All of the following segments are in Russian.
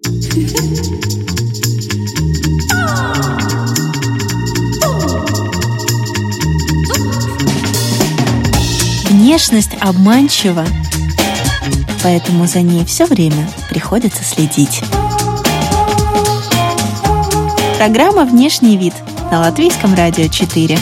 Внешность обманчива, поэтому за ней все время приходится следить. Программа «Внешний вид» на Латвийском радио 4.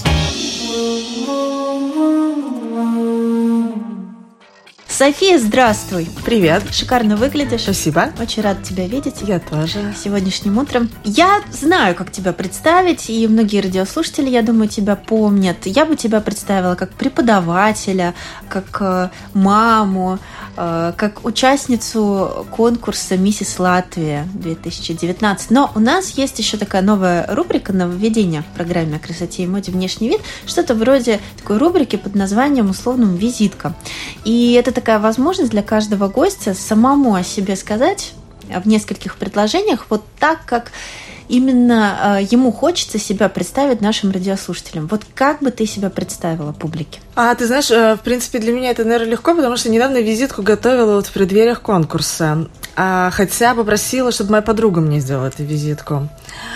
София, здравствуй! Привет! Шикарно выглядишь. Спасибо. Очень рада тебя видеть. Я тоже. Сегодняшним утром. Я знаю, как тебя представить, и многие радиослушатели, я думаю, тебя помнят. Я бы тебя представила как преподавателя, как маму, как участницу конкурса «Миссис Латвия» 2019. Но у нас есть еще такая новая рубрика, нововведение в программе о красоте и моде «Внешний вид». Что-то вроде такой рубрики под названием условно «Визитка». И это такая возможность для каждого гостя самому о себе сказать в нескольких предложениях, вот так, как именно ему хочется себя представить нашим радиослушателям. Вот как бы ты себя представила публике? Ты знаешь, в принципе, для меня это, наверное, легко, потому что недавно визитку готовила вот в преддвериях конкурса. Хотя попросила, чтобы моя подруга мне сделала эту визитку.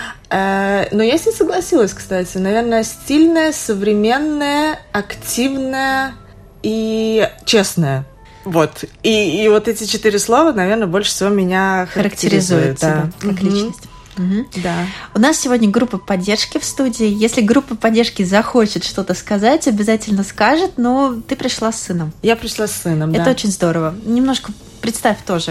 Но я с ней согласилась, кстати. Наверное, стильная, современная, активная и честная. Вот. И вот эти 4 слова, наверное, больше всего меня характеризуют. Тебя как личность. Да. У нас сегодня группа поддержки в студии. Если группа поддержки захочет что-то сказать, обязательно скажет, но ты пришла с сыном. Я пришла с сыном, да. Это очень здорово. Немножко представь тоже.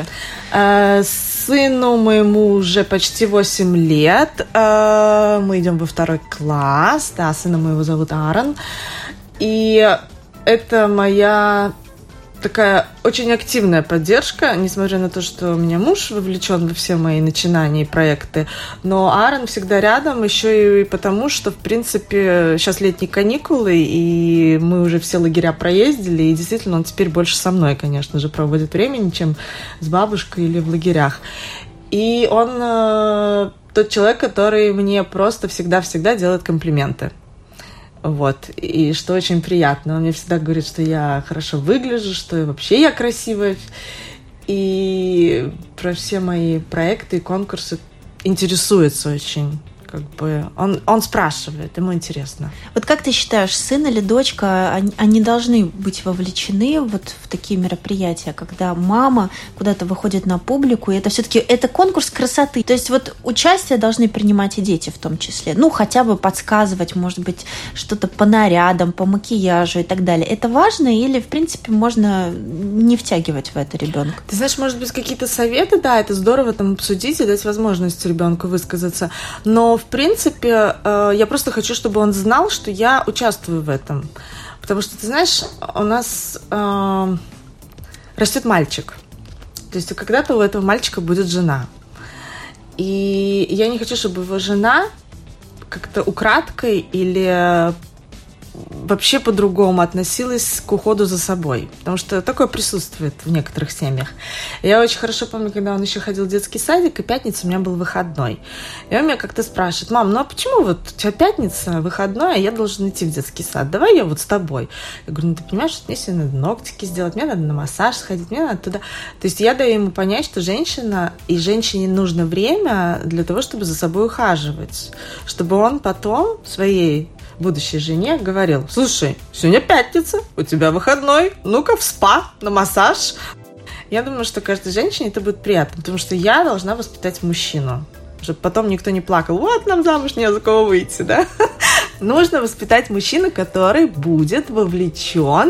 Сыну моему уже почти 8 лет. Мы идем во 2 класс. Да, сына моего зовут Аарон. И это моя такая очень активная поддержка, несмотря на то, что у меня муж вовлечен во все мои начинания и проекты, но Аарон всегда рядом, еще и потому, что, в принципе, сейчас летние каникулы, и мы уже все лагеря проездили, и действительно он теперь больше со мной, конечно же, проводит времени, чем с бабушкой или в лагерях. И он тот человек, который мне просто всегда-всегда делает комплименты. Вот, и что очень приятно. Он мне всегда говорит, что я хорошо выгляжу, что вообще я красивая. И про все мои проекты и конкурсы интересуется очень. Как бы он спрашивает, ему интересно. Вот как ты считаешь, сын или дочка, они должны быть вовлечены вот в такие мероприятия, когда мама куда-то выходит на публику, и это все-таки это конкурс красоты. То есть вот участие должны принимать и дети в том числе. Ну, хотя бы подсказывать, может быть, что-то по нарядам, по макияжу и так далее. Это важно или, в принципе, можно не втягивать в это ребенка? Ты знаешь, может быть, какие-то советы, да, это здорово там обсудить и дать возможность ребенку высказаться. Но в принципе, я просто хочу, чтобы он знал, что я участвую в этом. Потому что, ты знаешь, у нас растет мальчик. То есть когда-то у этого мальчика будет жена. И я не хочу, чтобы его жена как-то украдкой или вообще по-другому относилась к уходу за собой. Потому что такое присутствует в некоторых семьях. Я очень хорошо помню, когда он еще ходил в детский садик, и пятница у меня был выходной. И он меня как-то спрашивает: мам, ну а почему вот у тебя пятница, выходной, а я должен идти в детский сад? Давай я вот с тобой. Я говорю, ну ты понимаешь, что мне сегодня надо ногтики сделать, мне надо на массаж сходить, мне надо туда. То есть я даю ему понять, что женщина, и женщине нужно время для того, чтобы за собой ухаживать. Чтобы он потом своей будущей жене говорил: слушай, сегодня пятница, у тебя выходной, ну-ка в спа, на массаж. Я думаю, что каждой женщине это будет приятно, потому что я должна воспитать мужчину, чтобы потом никто не плакал: вот нам замуж не за кого выйти, да? Нужно воспитать мужчину, который будет вовлечен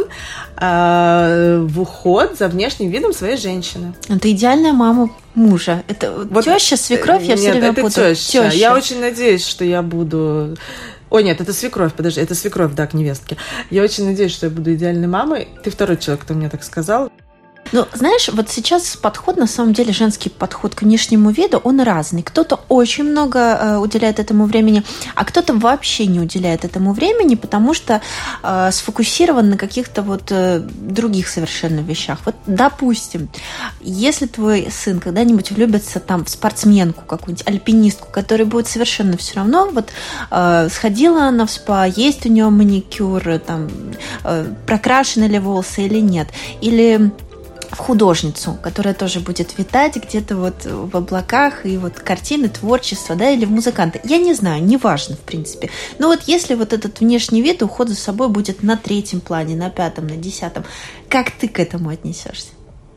в уход за внешним видом своей женщины. Это идеальная мама мужа. Это вот теща, свекровь, я все время путаю. Теща. Я очень надеюсь, что я буду... Ой, нет, это свекровь, подожди, это свекровь, да, к невестке. Я очень надеюсь, что я буду идеальной мамой. Ты второй человек, кто мне так сказал. Ну, знаешь, вот сейчас подход, на самом деле, женский подход к внешнему виду, он разный. Кто-то очень много уделяет этому времени, а кто-то вообще не уделяет этому времени, потому что сфокусирован на каких-то вот других совершенно вещах. Вот, допустим, если твой сын когда-нибудь влюбится там в спортсменку, какую-нибудь альпинистку, которой будет совершенно все равно, вот сходила она в спа, есть у нее маникюр, там, прокрашены ли волосы или нет, или в художницу, которая тоже будет витать где-то вот в облаках, и вот картины, творчество, да, или в музыканта. Я не знаю, неважно, в принципе. Но вот если вот этот внешний вид, уход за собой будет на 3-м плане, на 5-м, на 10-м, как ты к этому отнесешься?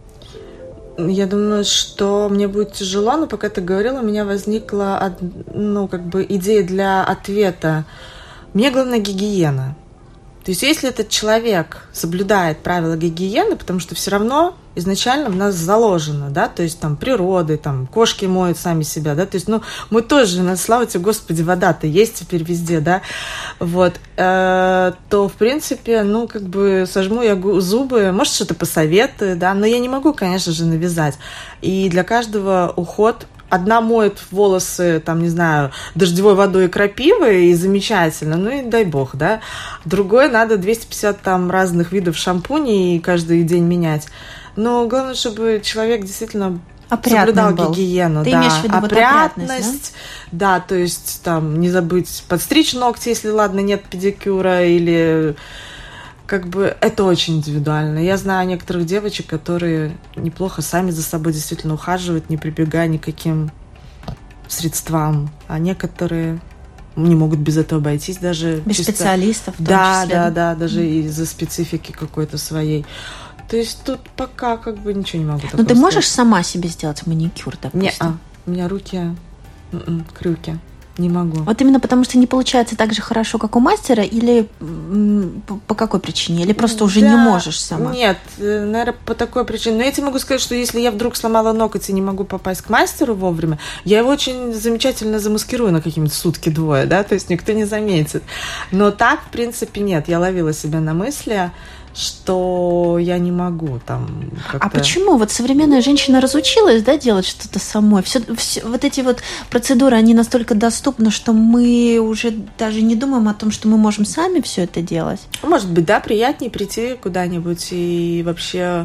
Я думаю, что мне будет тяжело, но пока ты говорила, у меня возникла, идея для ответа. Мне главное гигиена. То есть если этот человек соблюдает правила гигиены, потому что все равно изначально в нас заложено, да, то есть там природы, там кошки моют сами себя, да, то есть, мы тоже, слава тебе, Господи, вода-то есть теперь везде, да, вот, то, в принципе, сожму я зубы, может, что-то посоветую, да, но я не могу, конечно же, навязать. И для каждого уход. Одна моет волосы, там, не знаю, дождевой водой и крапивой, и замечательно, и дай бог, да. Другой надо 250 там разных видов шампуней каждый день менять. Но главное, чтобы человек действительно соблюдал гигиену. Ты имеешь в виду опрятность, да, то есть там не забыть подстричь ногти, если, ладно, нет педикюра, или... это очень индивидуально. Я знаю некоторых девочек, которые неплохо сами за собой действительно ухаживают, не прибегая ни к каким средствам. А некоторые не могут без этого обойтись даже. Без специалистов в том числе. Да, даже из-за специфики какой-то своей. То есть тут пока ничего не могу. Но ты можешь сама себе сделать маникюр, допустим? Нет, у меня руки крюки. Не могу. Вот именно потому, что не получается так же хорошо, как у мастера, или по какой причине? Или просто уже не можешь сама? Нет, наверное, по такой причине. Но я тебе могу сказать, что если я вдруг сломала ноготь и не могу попасть к мастеру вовремя, я его очень замечательно замаскирую на какие-нибудь сутки-двое, да, то есть никто не заметит. Но так, в принципе, нет. Я ловила себя на мысли, что я не могу там как-то... А почему? Вот современная женщина разучилась, да, делать что-то самой. Все, вот эти вот процедуры, они настолько доступны, что мы уже даже не думаем о том, что мы можем сами все это делать. Может быть, да, приятнее прийти куда-нибудь и вообще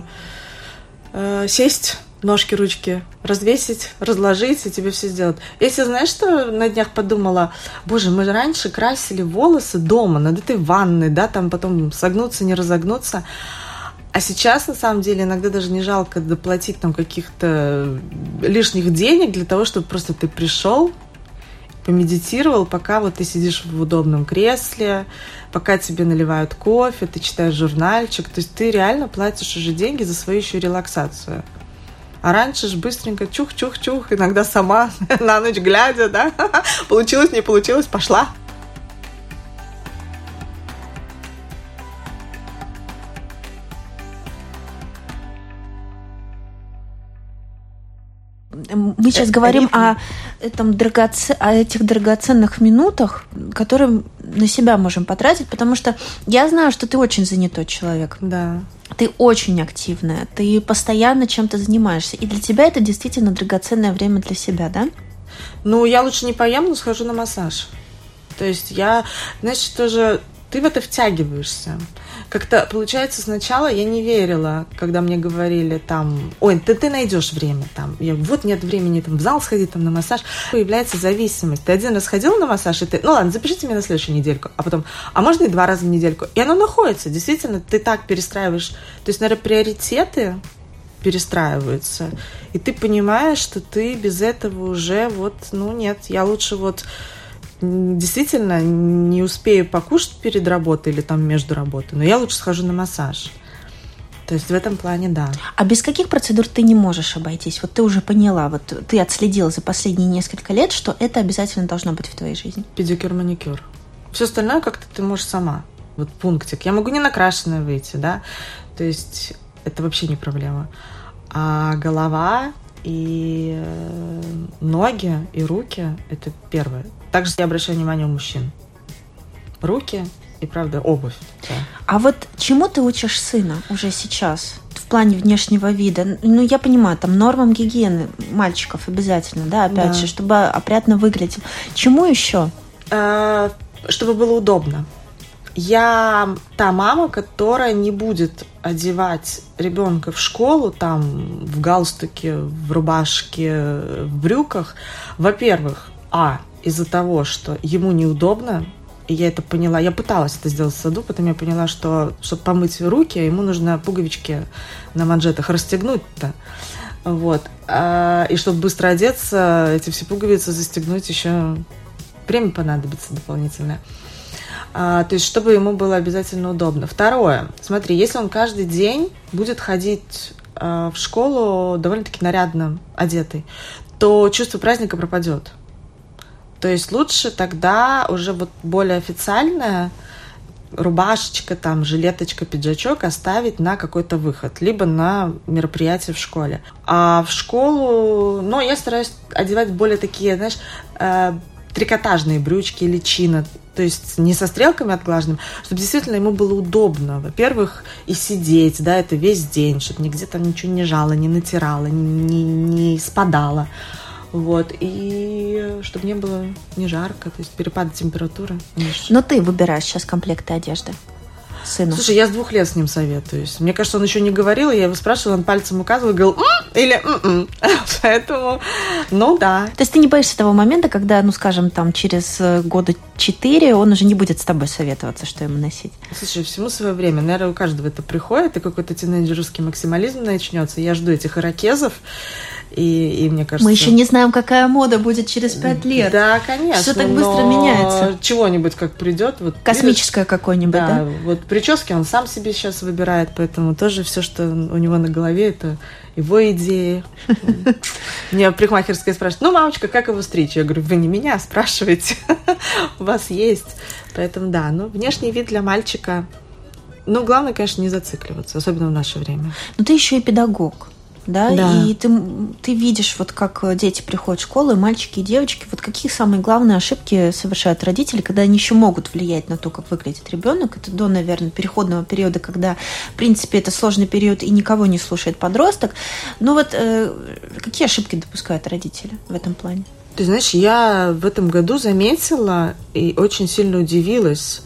сесть, ножки, ручки развесить, разложить, и тебе все сделают. Если знаешь, что на днях подумала, боже, мы же раньше красили волосы дома, над этой ванной, да, там потом согнуться, не разогнуться. А сейчас, на самом деле, иногда даже не жалко доплатить там каких-то лишних денег для того, чтобы просто ты пришел, помедитировал, пока вот ты сидишь в удобном кресле, пока тебе наливают кофе, ты читаешь журнальчик. То есть ты реально платишь уже деньги за свою еще релаксацию. А раньше же быстренько чух-чух-чух, иногда сама на ночь глядя, да, получилось, не получилось, пошла. Мы сейчас говорим о этих драгоценных минутах, которые на себя можем потратить, потому что я знаю, что ты очень занятой человек. Да. Ты очень активная, ты постоянно чем-то занимаешься, и для тебя это действительно драгоценное время для себя, да? Я лучше не поем, но схожу на массаж. То есть тоже ты в это втягиваешься. Как-то, получается, сначала я не верила, когда мне говорили там, ой, ты найдешь время там. Нет времени там в зал сходить, там на массаж. Появляется зависимость. Ты один раз ходил на массаж, и ты, ладно, запишите меня на следующую недельку. А потом, можно и 2 раза в недельку? И оно находится. Действительно, ты так перестраиваешь. То есть, наверное, приоритеты перестраиваются. И ты понимаешь, что ты без этого уже нет, я лучше действительно не успею покушать перед работой или там между работой, но я лучше схожу на массаж. То есть в этом плане, да. А без каких процедур ты не можешь обойтись? Вот ты уже поняла, ты отследила за последние несколько лет, что это обязательно должно быть в твоей жизни. Педикюр, маникюр. Все остальное как-то ты можешь сама. Пунктик. Я могу не накрашенная выйти, да. То есть это вообще не проблема. А голова и ноги, и руки – это первое. Также я обращаю внимание у мужчин. Руки и, правда, обувь. Да. А чему ты учишь сына уже сейчас в плане внешнего вида? Я понимаю, там нормам гигиены мальчиков обязательно, да, опять же, чтобы опрятно выглядел. Чему еще? Чтобы было удобно. Я та мама, которая не будет одевать ребенка в школу, там, в галстуке, в рубашке, в брюках. Во-первых, из-за того, что ему неудобно, И я это поняла. Я пыталась это сделать в саду, потом я поняла, что, чтобы помыть руки, ему нужно пуговички на манжетах расстегнуть-то. Вот. И чтобы быстро одеться, эти все пуговицы застегнуть еще время понадобится дополнительное. То есть, чтобы ему было обязательно удобно. Второе. Смотри, если он каждый день будет ходить в школу довольно-таки нарядно одетый, то чувство праздника пропадет. То есть лучше тогда уже вот более официальная рубашечка, там, жилеточка, пиджачок оставить на какой-то выход, либо на мероприятие в школе. А в школу, ну, я стараюсь одевать более такие, знаешь, трикотажные брючки или чина, то есть не со стрелками отглаженными, чтобы действительно ему было удобно. Во-первых, и сидеть, да, это весь день, чтобы нигде там ничего не жало, не натирало, не спадало. Вот, и чтобы не было не жарко, то есть перепады температуры. Но ты выбираешь сейчас комплекты одежды сыну. Слушай, я с 2 лет с ним советуюсь. Мне кажется, он еще не говорил, я его спрашивала, он пальцем указывал, говорил или поэтому, ну да. То есть ты не боишься того момента, когда, ну скажем, там через 4 года он уже не будет с тобой советоваться, что ему носить? Слушай, всему свое время. Наверное, у каждого это приходит, и какой-то тинейджерский максимализм начнется. Я жду этих ирокезов. И мне кажется... Мы еще не знаем, какая мода будет через 5 лет. Да, конечно. Все так быстро меняется. Чего-нибудь как придет. Вот, космическое какое-нибудь, да? Вот прически он сам себе сейчас выбирает, поэтому тоже все, что у него на голове, это его идеи. Меня парикмахерская спрашивает, ну, мамочка, как его стричь? Я говорю, вы не меня спрашиваете, у вас есть. Поэтому да, ну, внешний вид для мальчика, ну, главное, конечно, не зацикливаться, особенно в наше время. Но ты еще и педагог. Да? Да. И ты видишь, вот как дети приходят в школу, и мальчики, и девочки, вот какие самые главные ошибки совершают родители, когда они еще могут влиять на то, как выглядит ребенок. Это до, наверное, переходного периода, когда, в принципе, это сложный период и никого не слушает подросток. Но вот какие ошибки допускают родители в этом плане? Ты знаешь, я в этом году заметила и очень сильно удивилась.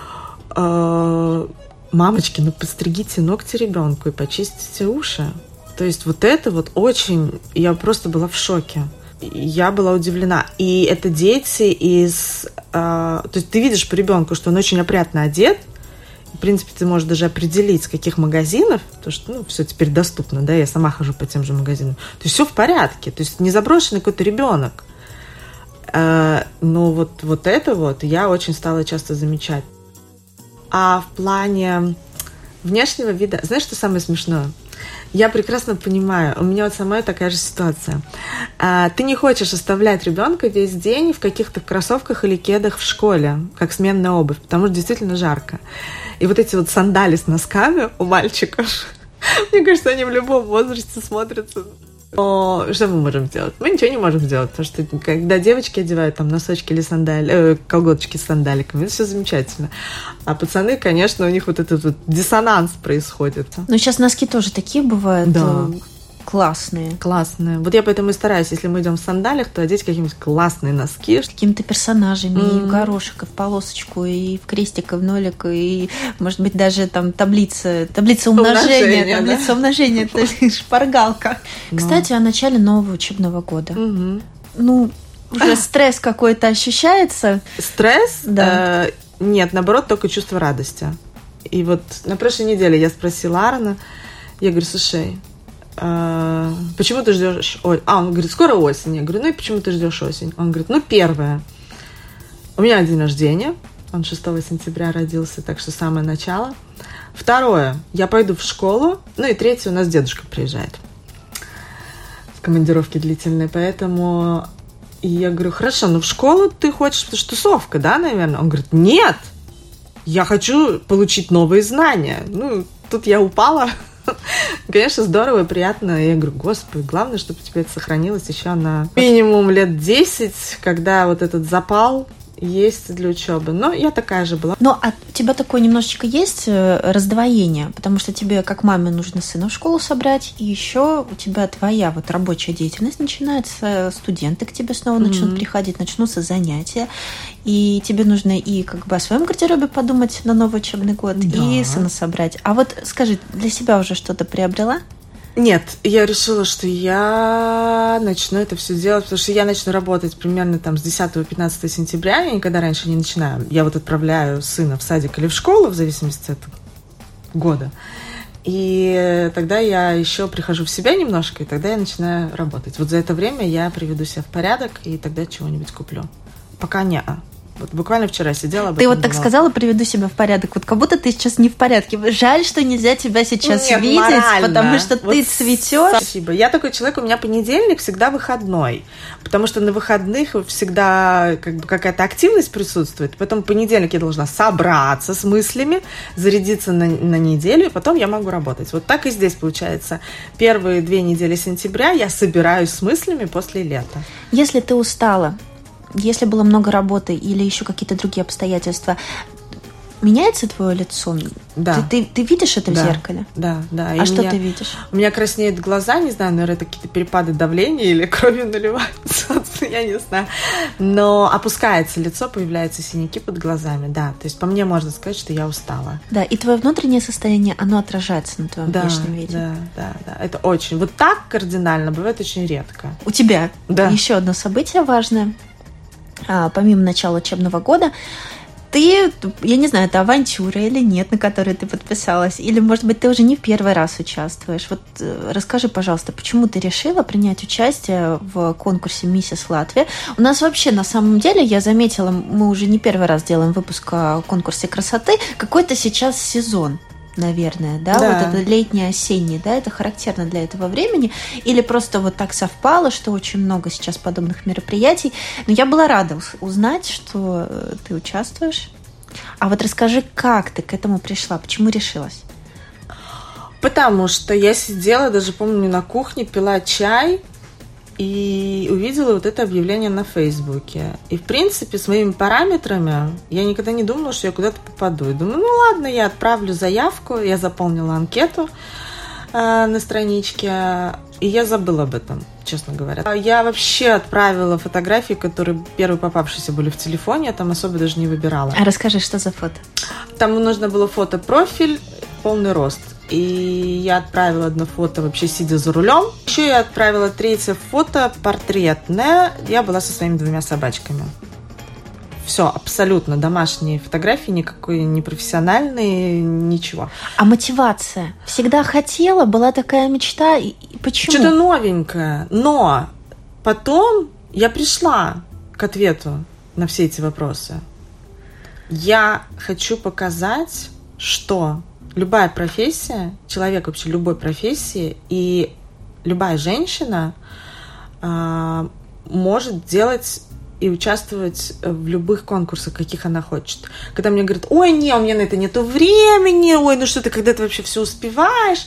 Мамочки, ну подстригите ногти ребенку и почистите уши. То есть вот это вот очень... Я просто была в шоке. Я была удивлена. И это дети из... То есть ты видишь по ребенку, что он очень опрятно одет. В принципе, ты можешь даже определить, с каких магазинов, потому что, ну, все теперь доступно, да, я сама хожу по тем же магазинам. То есть все в порядке. То есть не заброшенный какой-то ребенок. Но вот это вот я очень стала часто замечать. А в плане внешнего вида... Знаешь, что самое смешное? Я прекрасно понимаю, у меня вот самой такая же ситуация. Ты не хочешь оставлять ребенка весь день в каких-то кроссовках или кедах в школе, как сменная обувь, потому что действительно жарко. И вот эти вот сандали с носками у мальчиков, мне кажется, они в любом возрасте смотрятся. Но что мы можем сделать? Мы ничего не можем сделать, потому что когда девочки одевают там носочки или колготочки с сандаликами, это все замечательно. А пацаны, конечно, у них вот этот вот диссонанс происходит. Но сейчас носки тоже такие бывают. Да. Классные. Классные. Вот я поэтому и стараюсь, если мы идем в сандалиях, то одеть какие-нибудь классные носки. С какими-то персонажами, и в горошек, и в полосочку, и в крестик, и в нолик, и, может быть, даже там таблица умножения. Таблица умножения, это шпаргалка. Кстати, о начале нового учебного года. Ну, уже стресс какой-то ощущается? Стресс? Да. Нет, наоборот, только чувство радости. И вот на прошлой неделе я спросила Аарона, я говорю, слушай, почему ты ждешь осень? Он говорит, скоро осень. Я говорю, ну и почему ты ждешь осень? Он говорит, ну первое, у меня день рождения, он 6 сентября родился, так что самое начало. Второе, я пойду в школу. Ну и третье, у нас дедушка приезжает в командировке длительной, поэтому... И я говорю, хорошо, ну в школу ты хочешь, потому что тусовка, да, наверное? Он говорит, нет, я хочу получить новые знания. Ну, тут я упала. Конечно, здорово и приятно. Я говорю, господи, главное, чтобы у тебя это сохранилось еще на минимум лет 10, когда вот этот запал есть для учебы. Но я такая же была. Но у тебя такое немножечко есть раздвоение, потому что тебе, как маме, нужно сына в школу собрать, и еще у тебя твоя вот рабочая деятельность начинается, студенты к тебе снова начнут приходить, начнутся занятия, и тебе нужно и как бы о своем гардеробе подумать на новый учебный год, и сына собрать. А вот скажи, для себя уже что-то приобрела? Нет, я решила, что я начну это все делать, потому что я начну работать примерно там с 10-15 сентября, я никогда раньше не начинаю. Я вот отправляю сына в садик или в школу, в зависимости от года. И тогда я еще прихожу в себя немножко, и тогда я начинаю работать. Вот за это время я приведу себя в порядок, и тогда чего-нибудь куплю. Пока не. Вот буквально вчера сидела об Ты этом вот так думала. сказала, приведу себя в порядок. Вот как будто ты сейчас не в порядке. Жаль, что нельзя тебя сейчас Нет, видеть, морально. потому что Вот ты цветешь. Спасибо. Я такой человек, у меня понедельник всегда выходной, потому что на выходных всегда как бы какая-то активность присутствует. Поэтому в понедельник я должна собраться с мыслями, зарядиться на неделю, и потом я могу работать. Вот так и здесь получается. Первые 2 недели сентября я собираюсь с мыслями после лета. Если ты устала, если было много работы или еще какие-то другие обстоятельства, меняется твое лицо? Да. Ты видишь это в зеркале? Да. А что ты видишь? У меня краснеют глаза, не знаю, наверное, это какие-то перепады давления или кровью наливаются, я не знаю. Но опускается лицо, появляются синяки под глазами, да. То есть по мне можно сказать, что я устала. Да, и твое внутреннее состояние, оно отражается на твоем внешнем виде. Да. Это очень. Вот так кардинально бывает очень редко. У тебя еще одно событие важное. Помимо начала учебного года, ты, я не знаю, это авантюра или нет, на которой ты подписалась, или, может быть, ты уже не в первый раз участвуешь. Вот расскажи, пожалуйста, почему ты решила принять участие в конкурсе «Миссис Латвия»? У нас вообще, на самом деле, я заметила, мы уже не первый раз делаем выпуск о конкурсе красоты, какой-то сейчас сезон. Наверное, да, вот это летний-осенний, да, это характерно для этого времени, или просто вот так совпало, что очень много сейчас подобных мероприятий, но я была рада узнать, что ты участвуешь. А вот расскажи, как ты к этому пришла, почему решилась? Потому что я сидела, даже помню, на кухне, пила чай и увидела вот это объявление на Фейсбуке. И, в принципе, с моими параметрами я никогда не думала, что я куда-то попаду. И думаю, ну ладно, я отправлю заявку. Я заполнила анкету на страничке, и я забыла об этом, честно говоря. Я вообще отправила фотографии, которые первые попавшиеся были в телефоне, я там особо даже не выбирала. А расскажи, что за фото? Там нужно было фото-профиль, полный рост. И я отправила одно фото вообще сидя за рулем. Еще я отправила 3-е фото портретное. Я была со своими 2 собачками. Все, абсолютно домашние фотографии, никакой не профессиональные, ничего. А мотивация? Всегда хотела, была такая мечта, и почему? Что-то новенькое. Но потом я пришла к ответу на все эти вопросы. Я хочу показать, что любая профессия, человек вообще любой профессии и любая женщина может делать и участвовать в любых конкурсах, каких она хочет. Когда мне говорят, ой, не, у меня на это нету времени, ой, ну что ты, когда ты вообще все успеваешь?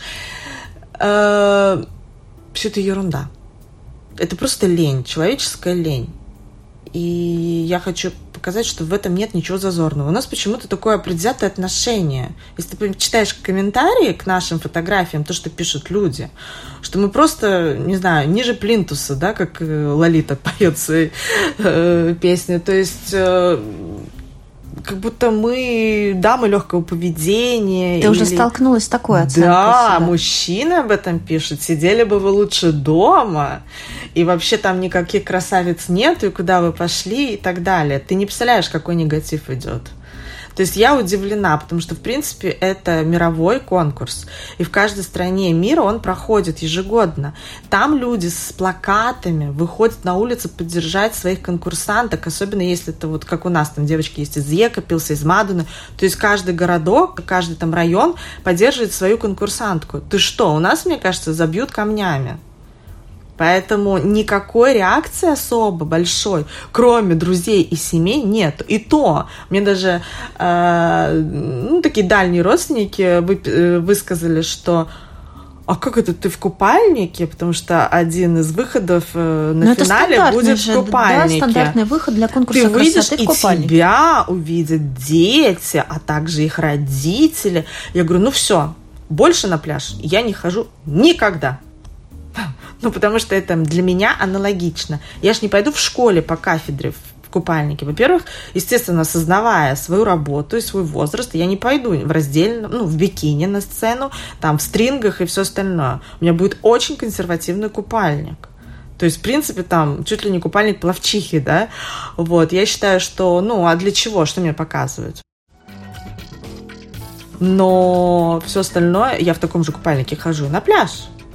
Все это ерунда. Это просто лень, человеческая лень. И я хочу показать, что в этом нет ничего зазорного. У нас почему-то такое предвзятое отношение. Если ты читаешь комментарии к нашим фотографиям, то, что пишут люди, что мы просто, не знаю, ниже плинтуса, да, как Лолита поет свои песни. То есть как будто мы дамы легкого поведения. Ты уже столкнулась с такой оценкой? Да, мужчины об этом пишут. Сидели бы вы лучше дома, и вообще там никаких красавиц нет, и куда вы пошли, и так далее. Ты не представляешь, какой негатив идет. То есть я удивлена, потому что, в принципе, это мировой конкурс. И в каждой стране мира он проходит ежегодно. Там люди с плакатами выходят на улицу поддержать своих конкурсанток, особенно если это вот как у нас, там девочки есть из Екапилса, из Мадуны. То есть каждый городок, каждый там район поддерживает свою конкурсантку. Ты что, у нас, мне кажется, забьют камнями. Поэтому никакой реакции особо большой, кроме друзей и семей, нет. И то, мне даже такие дальние родственники высказали, что а как это ты в купальнике? Потому что один из выходов на финале будет в купальнике. Да, стандартный выход для конкурса ты выйдешь, красоты в купальнике. И тебя увидят дети, а также их родители. Я говорю, ну все, больше на пляж я не хожу никогда. Ну, потому что это для меня аналогично. Я ж не пойду в школе по кафедре в купальнике. Во-первых, естественно, осознавая свою работу и свой возраст, я не пойду в раздельном, в бикини на сцену, там, в стрингах и все остальное. У меня будет очень консервативный купальник. То есть, в принципе, там, чуть ли не купальник пловчихи, да? Вот, я считаю, что, а для чего? Что мне показывают? Но все остальное, я в таком же купальнике хожу на пляж.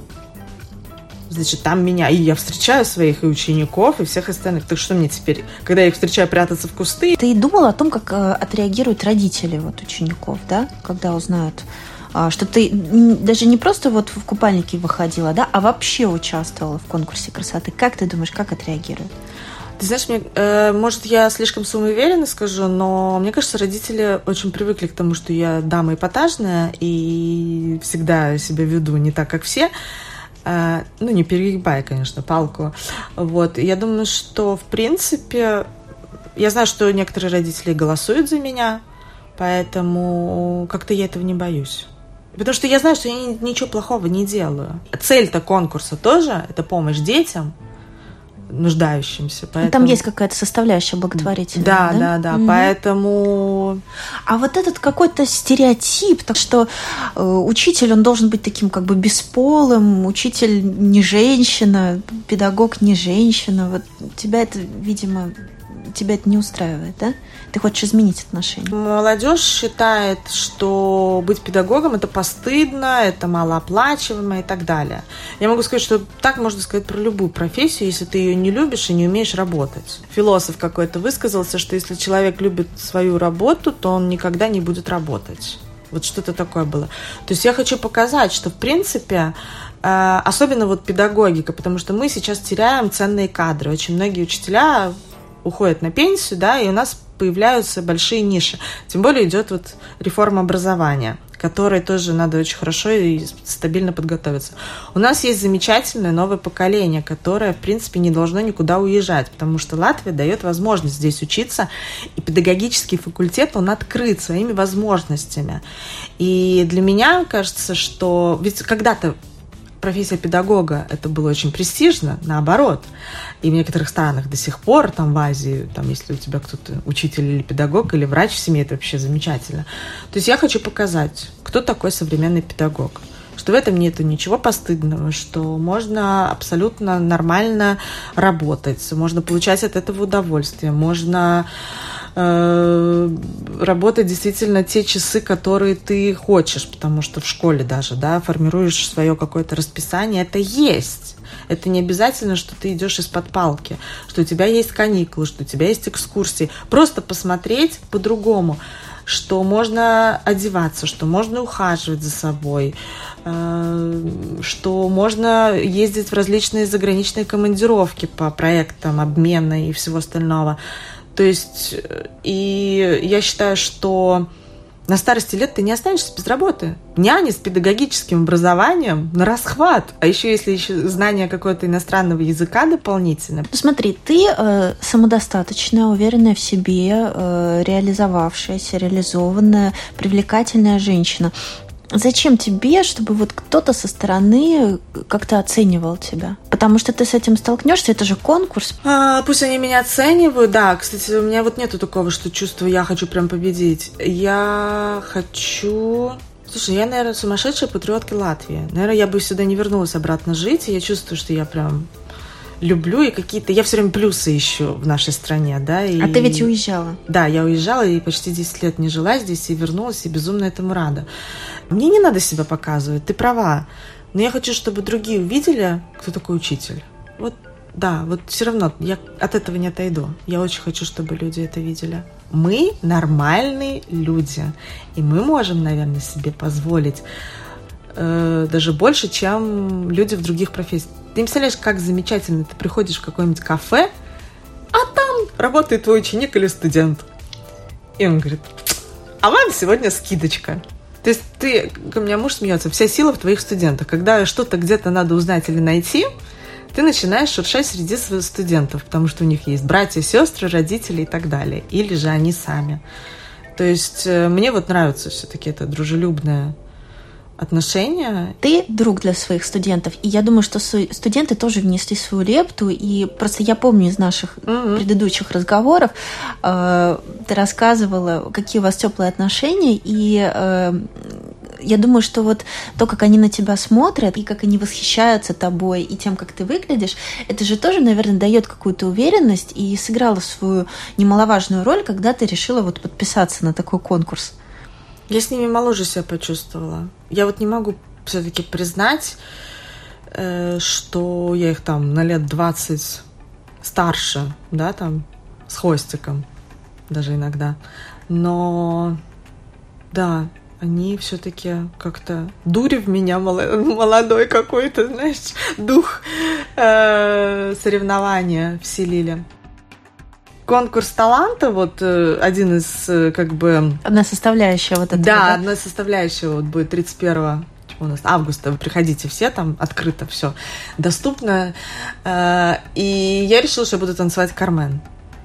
Значит, там меня, и я встречаю своих и учеников, и всех остальных. Так что мне теперь, когда я их встречаю, прятаться в кусты? Ты думала о том, как отреагируют родители учеников, да, когда узнают, что ты даже не просто в купальнике выходила, да, а вообще участвовала в конкурсе красоты? Как ты думаешь, как отреагируют? Ты знаешь, может, я слишком самоуверенно скажу, но мне кажется, родители очень привыкли к тому, что я дама эпатажная и всегда себя веду не так, как все. Не перегибая, конечно, палку. Вот. И я думаю, что, в принципе, я знаю, что некоторые родители голосуют за меня, поэтому как-то я этого не боюсь. Потому что я знаю, что я ничего плохого не делаю. Цель-то конкурса тоже – это помощь детям, нуждающимся. Поэтому... Там есть какая-то составляющая благотворительная. Да. Угу. Поэтому... А этот какой-то стереотип, так что учитель, он должен быть таким как бы бесполым, учитель не женщина, педагог не женщина. Тебя это, видимо, не устраивает, да? Ты хочешь изменить отношения? Молодежь считает, что быть педагогом – это постыдно, это малооплачиваемо и так далее. Я могу сказать, что так можно сказать про любую профессию, если ты ее не любишь и не умеешь работать. Философ какой-то высказался, что если человек любит свою работу, то он никогда не будет работать. Вот что-то такое было. То есть я хочу показать, что, в принципе, особенно педагогика, потому что мы сейчас теряем ценные кадры. Очень многие учителя уходят на пенсию, да, и у нас появляются большие ниши. Тем более идет реформа образования, к которой тоже надо очень хорошо и стабильно подготовиться. У нас есть замечательное новое поколение, которое, в принципе, не должно никуда уезжать, потому что Латвия дает возможность здесь учиться, и педагогический факультет, он открыт своими возможностями. И для меня кажется, что... Ведь когда-то профессия педагога это было очень престижно, наоборот. И в некоторых странах до сих пор, там в Азии, там, если у тебя кто-то учитель или педагог, или врач в семье, это вообще замечательно. То есть я хочу показать, кто такой современный педагог. Что в этом нет ничего постыдного, что можно абсолютно нормально работать, можно получать от этого удовольствие, можно работать действительно те часы, которые ты хочешь, потому что в школе даже, да, формируешь свое какое-то расписание, это есть. Это не обязательно, что ты идешь из-под палки, что у тебя есть каникулы, что у тебя есть экскурсии. Просто посмотреть по-другому, что можно одеваться, что можно ухаживать за собой, что можно ездить в различные заграничные командировки по проектам обмена и всего остального. То есть, и я считаю, что на старости лет ты не останешься без работы. Няня с педагогическим образованием на расхват. А еще если знание какого-то иностранного языка дополнительно. Смотри, ты самодостаточная, уверенная в себе, реализовавшаяся, реализованная, привлекательная женщина. Зачем тебе, чтобы кто-то со стороны как-то оценивал тебя? Потому что ты с этим столкнешься, это же конкурс. Пусть они меня оценивают, да. Кстати, у меня нету такого, что чувство «я хочу прям победить». Я хочу... Слушай, я, наверное, сумасшедшая патриотка Латвии. Наверное, я бы сюда не вернулась обратно жить, и я чувствую, что я прям люблю, и какие-то... Я все время плюсы ищу в нашей стране, да. И... А ты ведь уезжала. Да, я уезжала, и почти 10 лет не жила здесь, и вернулась, и безумно этому рада. Мне не надо себя показывать, ты права. Но я хочу, чтобы другие увидели, кто такой учитель. Все равно я от этого не отойду. Я очень хочу, чтобы люди это видели. Мы нормальные люди, и мы можем, наверное, себе позволить даже больше, чем люди в других профессиях. Ты не представляешь, как замечательно ты приходишь в какое-нибудь кафе, а там работает твой ученик или студент. И он говорит: а вам сегодня скидочка. То есть у меня муж смеется, вся сила в твоих студентах. Когда что-то где-то надо узнать или найти, ты начинаешь шуршать среди своих студентов, потому что у них есть братья, сестры, родители и так далее. Или же они сами. То есть мне нравится все-таки это дружелюбное отношения. Ты друг для своих студентов, и я думаю, что студенты тоже внесли свою лепту, и просто я помню из наших предыдущих разговоров, ты рассказывала, какие у вас теплые отношения, и я думаю, что вот то, как они на тебя смотрят, и как они восхищаются тобой, и тем, как ты выглядишь, это же тоже, наверное, дает какую-то уверенность и сыграло свою немаловажную роль, когда ты решила вот подписаться на такой конкурс. Я с ними моложе себя почувствовала. Я вот не могу все-таки признать, что я их там на лет 20 старше, да, там, с хвостиком даже иногда. Но, да, они все-таки как-то дури в меня молодой какой-то, знаешь, дух соревнования вселили. Конкурс таланта, вот один из, как бы... Одна составляющая вот этого. Да, одна составляющая вот будет 31 у нас августа. Вы приходите все, там открыто все доступно. И я решила, что я буду танцевать Кармен.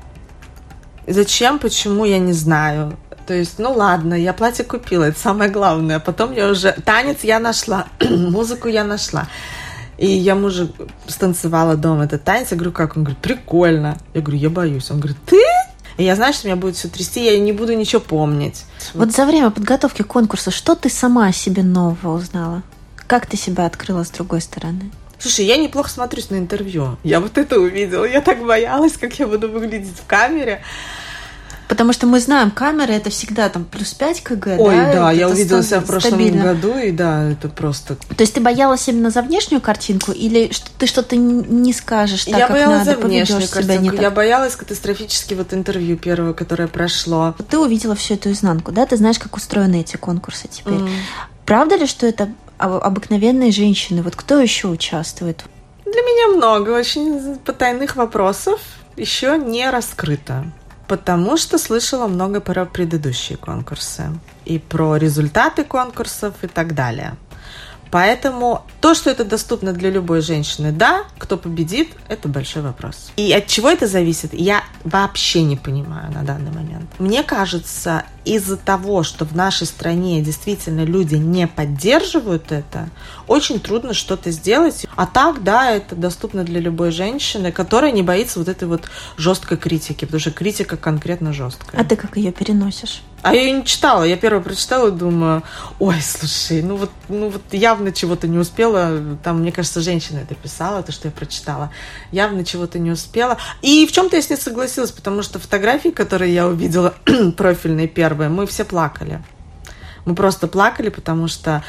Зачем, почему, я не знаю. То есть, ну ладно, я платье купила, это самое главное. Потом я уже... Танец я нашла, музыку я нашла. И я мужу станцевала дома этот танец. Я говорю, как? Он говорит, прикольно. Я говорю, я боюсь. Он говорит, ты? И я знаю, что меня будет все трясти, я не буду ничего помнить. Вот за время подготовки к конкурсу что ты сама о себе нового узнала? Как ты себя открыла с другой стороны? Слушай, я неплохо смотрюсь на интервью. Я вот это увидела. Я так боялась, как я буду выглядеть в камере. Потому что мы знаем, камера это всегда там плюс 5 кг. Ой, да, я увидела себя в прошлом году, и да, это просто... То есть ты боялась именно за внешнюю картинку, или ты что-то не скажешь так, я как боялась надо, за внешнюю картинку. Я так? боялась катастрофически вот интервью первого, которое прошло. Ты увидела всю эту изнанку, да? Ты знаешь, как устроены эти конкурсы теперь. Правда ли, что это обыкновенные женщины? Вот кто еще участвует? Для меня много очень потайных вопросов еще не раскрыто. Потому что слышала много про предыдущие конкурсы и про результаты конкурсов и так далее. Поэтому то, что это доступно для любой женщины, да, кто победит, это большой вопрос. И от чего это зависит, я вообще не понимаю на данный момент. Мне кажется, из-за того, что в нашей стране действительно люди не поддерживают это, очень трудно что-то сделать. А так, да, это доступно для любой женщины, которая не боится вот этой вот жесткой критики, потому что критика конкретно жесткая. А ты как ее переносишь? А я ее не читала. Я первое прочитала и думаю, ой, слушай, ну вот явно чего-то не успела. Там, мне кажется, женщина это писала, то, что я прочитала. Явно чего-то не успела. И в чем-то я с ней согласилась, потому что фотографии, которые я увидела, профильные первые, мы все плакали. Мы просто плакали, потому что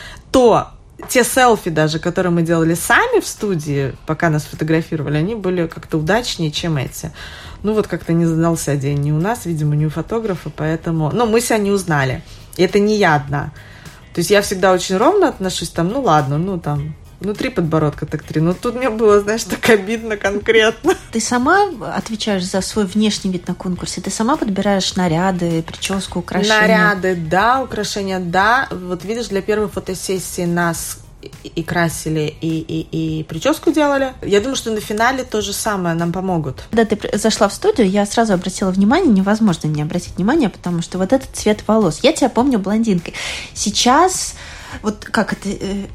те селфи даже, которые мы делали сами в студии, пока нас фотографировали, они были как-то удачнее, чем эти. Ну вот как-то не задался день ни у нас, видимо, ни у фотографа, поэтому... Но мы себя не узнали. И это не я одна. То есть я всегда очень ровно отношусь, там, ну ладно, ну там... Ну, 3 подбородка, так 3. Но тут мне было, знаешь, так обидно конкретно. Ты сама отвечаешь за свой внешний вид на конкурсе? Ты сама подбираешь наряды, прическу, украшения? Наряды, да, украшения, да. Вот видишь, для первой фотосессии нас и красили, и прическу делали. Я думаю, что на финале то же самое нам помогут. Когда ты зашла в студию, я сразу обратила внимание, невозможно не обратить внимание, потому что вот этот цвет волос. Я тебя помню блондинкой. Сейчас... Вот как это,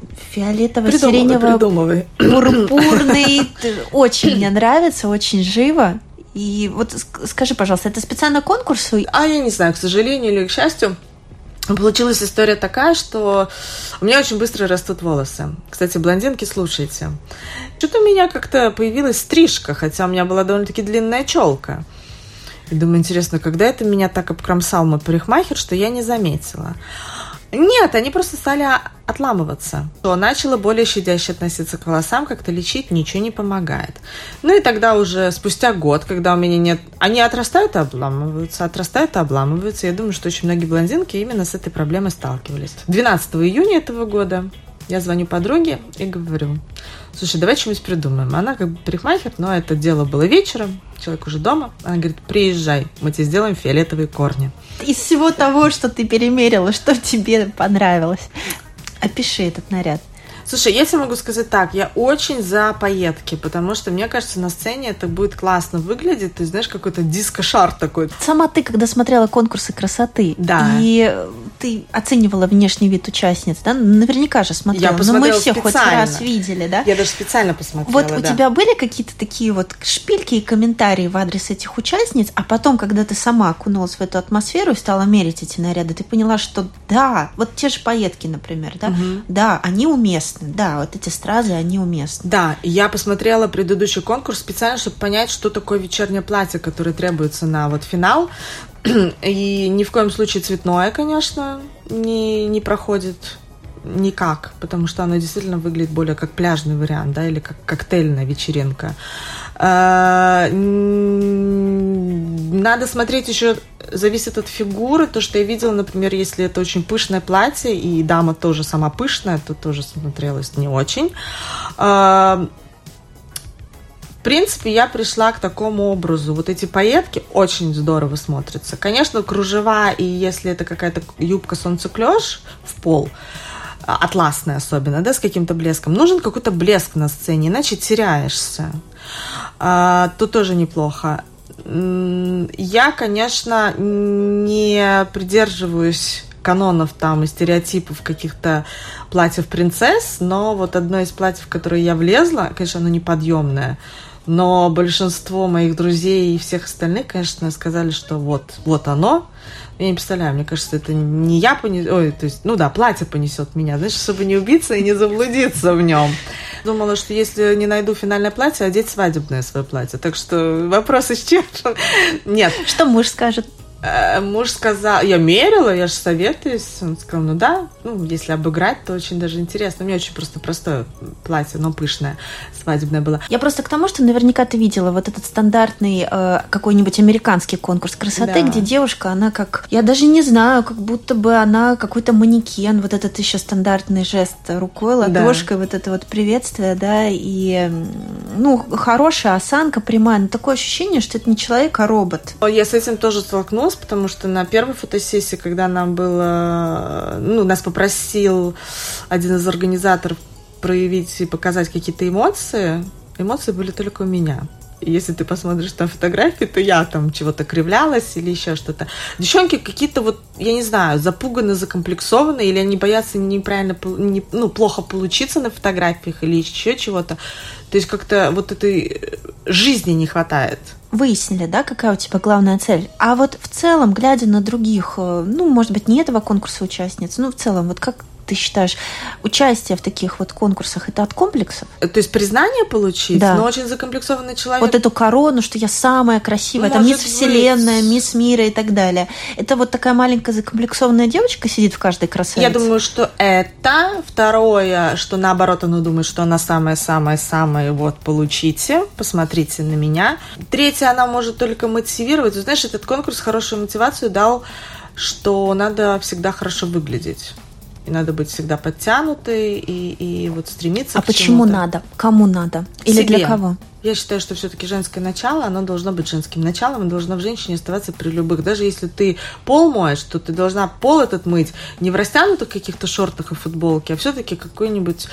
фиолетово-сиренево, пурпурный, очень мне нравится, очень живо. И вот скажи, пожалуйста, это специально конкурсу? А я не знаю, к сожалению или к счастью, получилась история такая, что у меня очень быстро растут волосы. Кстати, блондинки, слушайте. Что-то у меня как-то появилась стрижка, хотя у меня была довольно-таки длинная челка. И думаю, интересно, когда это меня так обкромсал мой парикмахер, что я не заметила. Нет, они просто стали отламываться. Начала более щадяще относиться к волосам, как-то лечить ничего не помогает. Ну и тогда уже спустя год, когда у меня нет... Они отрастают и обламываются, отрастают и обламываются. Я думаю, что очень многие блондинки именно с этой проблемой сталкивались. 12 июня этого года я звоню подруге и говорю, слушай, давай что-нибудь придумаем. Она как бы парикмахер, но это дело было вечером, человек уже дома. Она говорит, приезжай, мы тебе сделаем фиолетовые корни. Из всего того, что ты перемерила, что тебе понравилось? Опиши этот наряд. Слушай, я тебе могу сказать так, я очень за пайетки, потому что, мне кажется, на сцене это будет классно выглядеть, ты знаешь, какой-то диско-шар такой. Сама ты, когда смотрела конкурсы красоты, да. И ты оценивала внешний вид участниц, да? Наверняка же смотрела. Я посмотрела. Но мы все специально. Хоть раз видели, да? Я даже специально посмотрела. Вот у тебя были какие-то такие вот шпильки и комментарии в адрес этих участниц, а потом, когда ты сама окунулась в эту атмосферу и стала мерить эти наряды, ты поняла, что да, вот те же пайетки, например, да, да, они уместны, да, вот эти стразы, они уместны. Да, я посмотрела предыдущий конкурс специально, чтобы понять, что такое вечернее платье, которое требуется на вот финал. И ни в коем случае цветное, конечно, не проходит никак, потому что оно действительно выглядит более как пляжный вариант, да, или как коктейльная вечеринка. Надо смотреть еще, зависит от фигуры. То, что я видела, например, если это очень пышное платье, и дама тоже сама пышная, то тоже смотрелось не очень. В принципе, я пришла к такому образу. Вот эти пайетки очень здорово смотрятся. Конечно, кружева, и если это какая-то юбка солнцеклёш в пол, атласная особенно, да, с каким-то блеском, нужен какой-то блеск на сцене, иначе теряешься. То тоже неплохо. Я, конечно, не придерживаюсь канонов там и стереотипов каких-то платьев принцесс, но вот одно из платьев, в которое я влезла, конечно, оно неподъемное, но большинство моих друзей и всех остальных, конечно, сказали, что вот оно. Я не представляю, мне кажется, это не я платье понесет меня, знаешь, чтобы не убиться и не заблудиться в нем. Думала, что если не найду финальное платье, одеть свадебное свое платье. Так что вопрос исчерпан. Нет. Что муж скажет? Муж сказал, я мерила, я же советуюсь. Он сказал, если обыграть, то очень даже интересно. Мне очень просто простое платье, но пышное, свадебное было. Я просто к тому, что наверняка ты видела вот этот стандартный какой-нибудь американский конкурс красоты, да. Где девушка, она как, я даже не знаю, как будто бы она какой-то манекен, вот этот еще стандартный жест рукой, ладошкой, да. Вот это вот приветствие, да, и, хорошая осанка прямая, но такое ощущение, что это не человек, а робот. Я с этим тоже столкнулась, потому что на первой фотосессии, когда нам было, нас попросил один из организаторов проявить и показать какие-то эмоции были только у меня. И если ты посмотришь там фотографии, то я там чего-то кривлялась или еще что-то. Девчонки какие-то я не знаю, запуганы, закомплексованы, или они боятся неправильно, плохо получиться на фотографиях или еще чего-то. То есть как-то вот этой жизни не хватает. Выяснили, да, какая у тебя главная цель. А вот в целом, глядя на других, может быть, не этого конкурса участниц, в целом, вот как ты считаешь, участие в таких вот конкурсах, это от комплексов? То есть признание получить, да. Но очень закомплексованный человек. Вот эту корону, что я самая красивая, там мисс Вселенная, мисс Мира и так далее. Это вот такая маленькая закомплексованная девочка сидит в каждой красавице? Я думаю, что это. Второе, что наоборот, она думает, что она самая-самая-самая, вот, получите, посмотрите на меня. Третье, она может только мотивировать. Ты знаешь, этот конкурс хорошую мотивацию дал, что надо всегда хорошо выглядеть. И надо быть всегда подтянутой и вот стремиться к чему-то. А почему надо? Кому надо? Или себе. Для кого? Я считаю, что все-таки женское начало, оно должно быть женским началом, и должно в женщине оставаться при любых. Даже если ты пол моешь, то ты должна пол этот мыть не в растянутых каких-то шортах и футболке, а все-таки какую-нибудь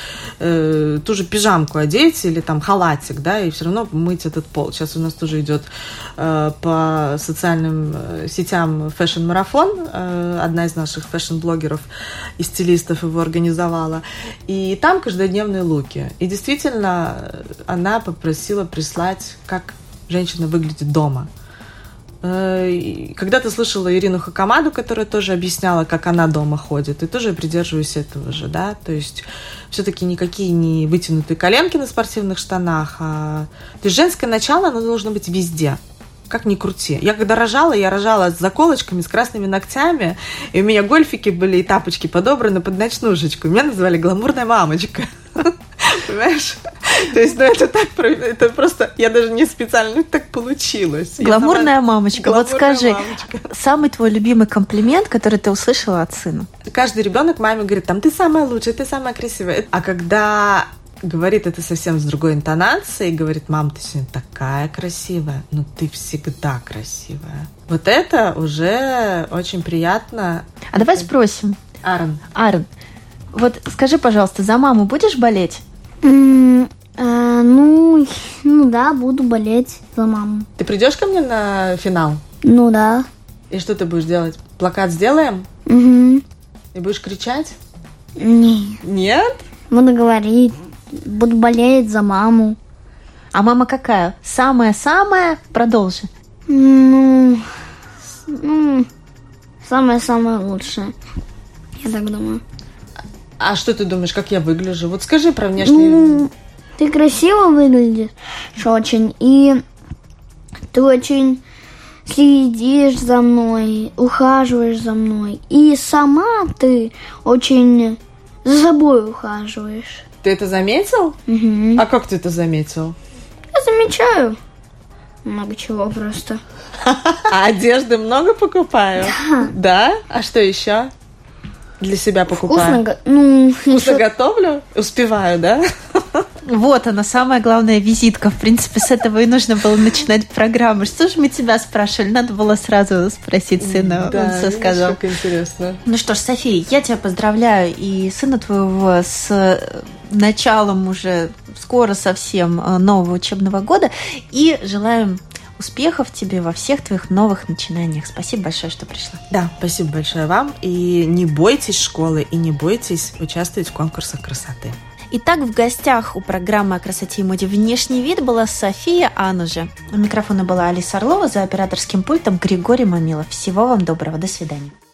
ту же пижамку одеть или там халатик, да, и все равно мыть этот пол. Сейчас у нас тоже идет по социальным сетям фэшн-марафон. Одна из наших фэшн-блогеров и стилистов его организовала. И там каждодневные луки. И действительно, она попросила прислать, как женщина выглядит дома. Когда-то слышала Ирину Хакамаду, которая тоже объясняла, как она дома ходит, и тоже придерживаюсь этого же, да, то есть все-таки никакие не вытянутые коленки на спортивных штанах, то есть женское начало, оно должно быть везде. Как ни крути. Я когда рожала, с заколочками, с красными ногтями, и у меня гольфики были и тапочки подобраны под ночнушечку. Меня называли гламурная мамочка. Понимаешь? То есть, это просто, я даже не специально, так получилось. Гламурная мамочка. Вот скажи, самый твой любимый комплимент, который ты услышала от сына? Каждый ребенок маме говорит, ты самая лучшая, ты самая красивая. А когда говорит это совсем с другой интонацией, говорит, мам, ты сегодня такая красивая, но ты всегда красивая. Вот это уже очень приятно. А давай спросим. Аарон, Вот скажи, пожалуйста, за маму будешь болеть? Да, буду болеть за маму. Ты придешь ко мне на финал? Ну да. И что ты будешь делать? Плакат сделаем? Угу. И будешь кричать? Нет. Нет? Буду говорить, буду болеть за маму. А мама какая? Самая-самая? Продолжи. Самое-самое лучшее. Я так думаю. А что ты думаешь, как я выгляжу? Вот скажи про внешний... Ты красиво выглядишь очень, и ты очень следишь за мной, ухаживаешь за мной. И сама ты очень за собой ухаживаешь. Ты это заметил? Угу. А как ты это заметил? Я замечаю много чего просто. А одежды много покупаю? Да? А что еще? Для себя покупаю. Вкусно готовлю? Успеваю, да? Вот она, самая главная визитка. В принципе, с этого и нужно было начинать программу. Что же мы тебя спрашивали? Надо было сразу спросить сына. Да, он все сказал. Как интересно. Ну что ж, София, я тебя поздравляю и сына твоего с началом уже скоро совсем нового учебного года. И желаем успехов тебе во всех твоих новых начинаниях. Спасибо большое, что пришла. Да, спасибо большое вам. И не бойтесь школы, и не бойтесь участвовать в конкурсах красоты. Итак, в гостях у программы о красоте и моде «Внешний вид» была София Анужа. У микрофона была Алиса Орлова, за операторским пультом Григорий Мамилов. Всего вам доброго. До свидания.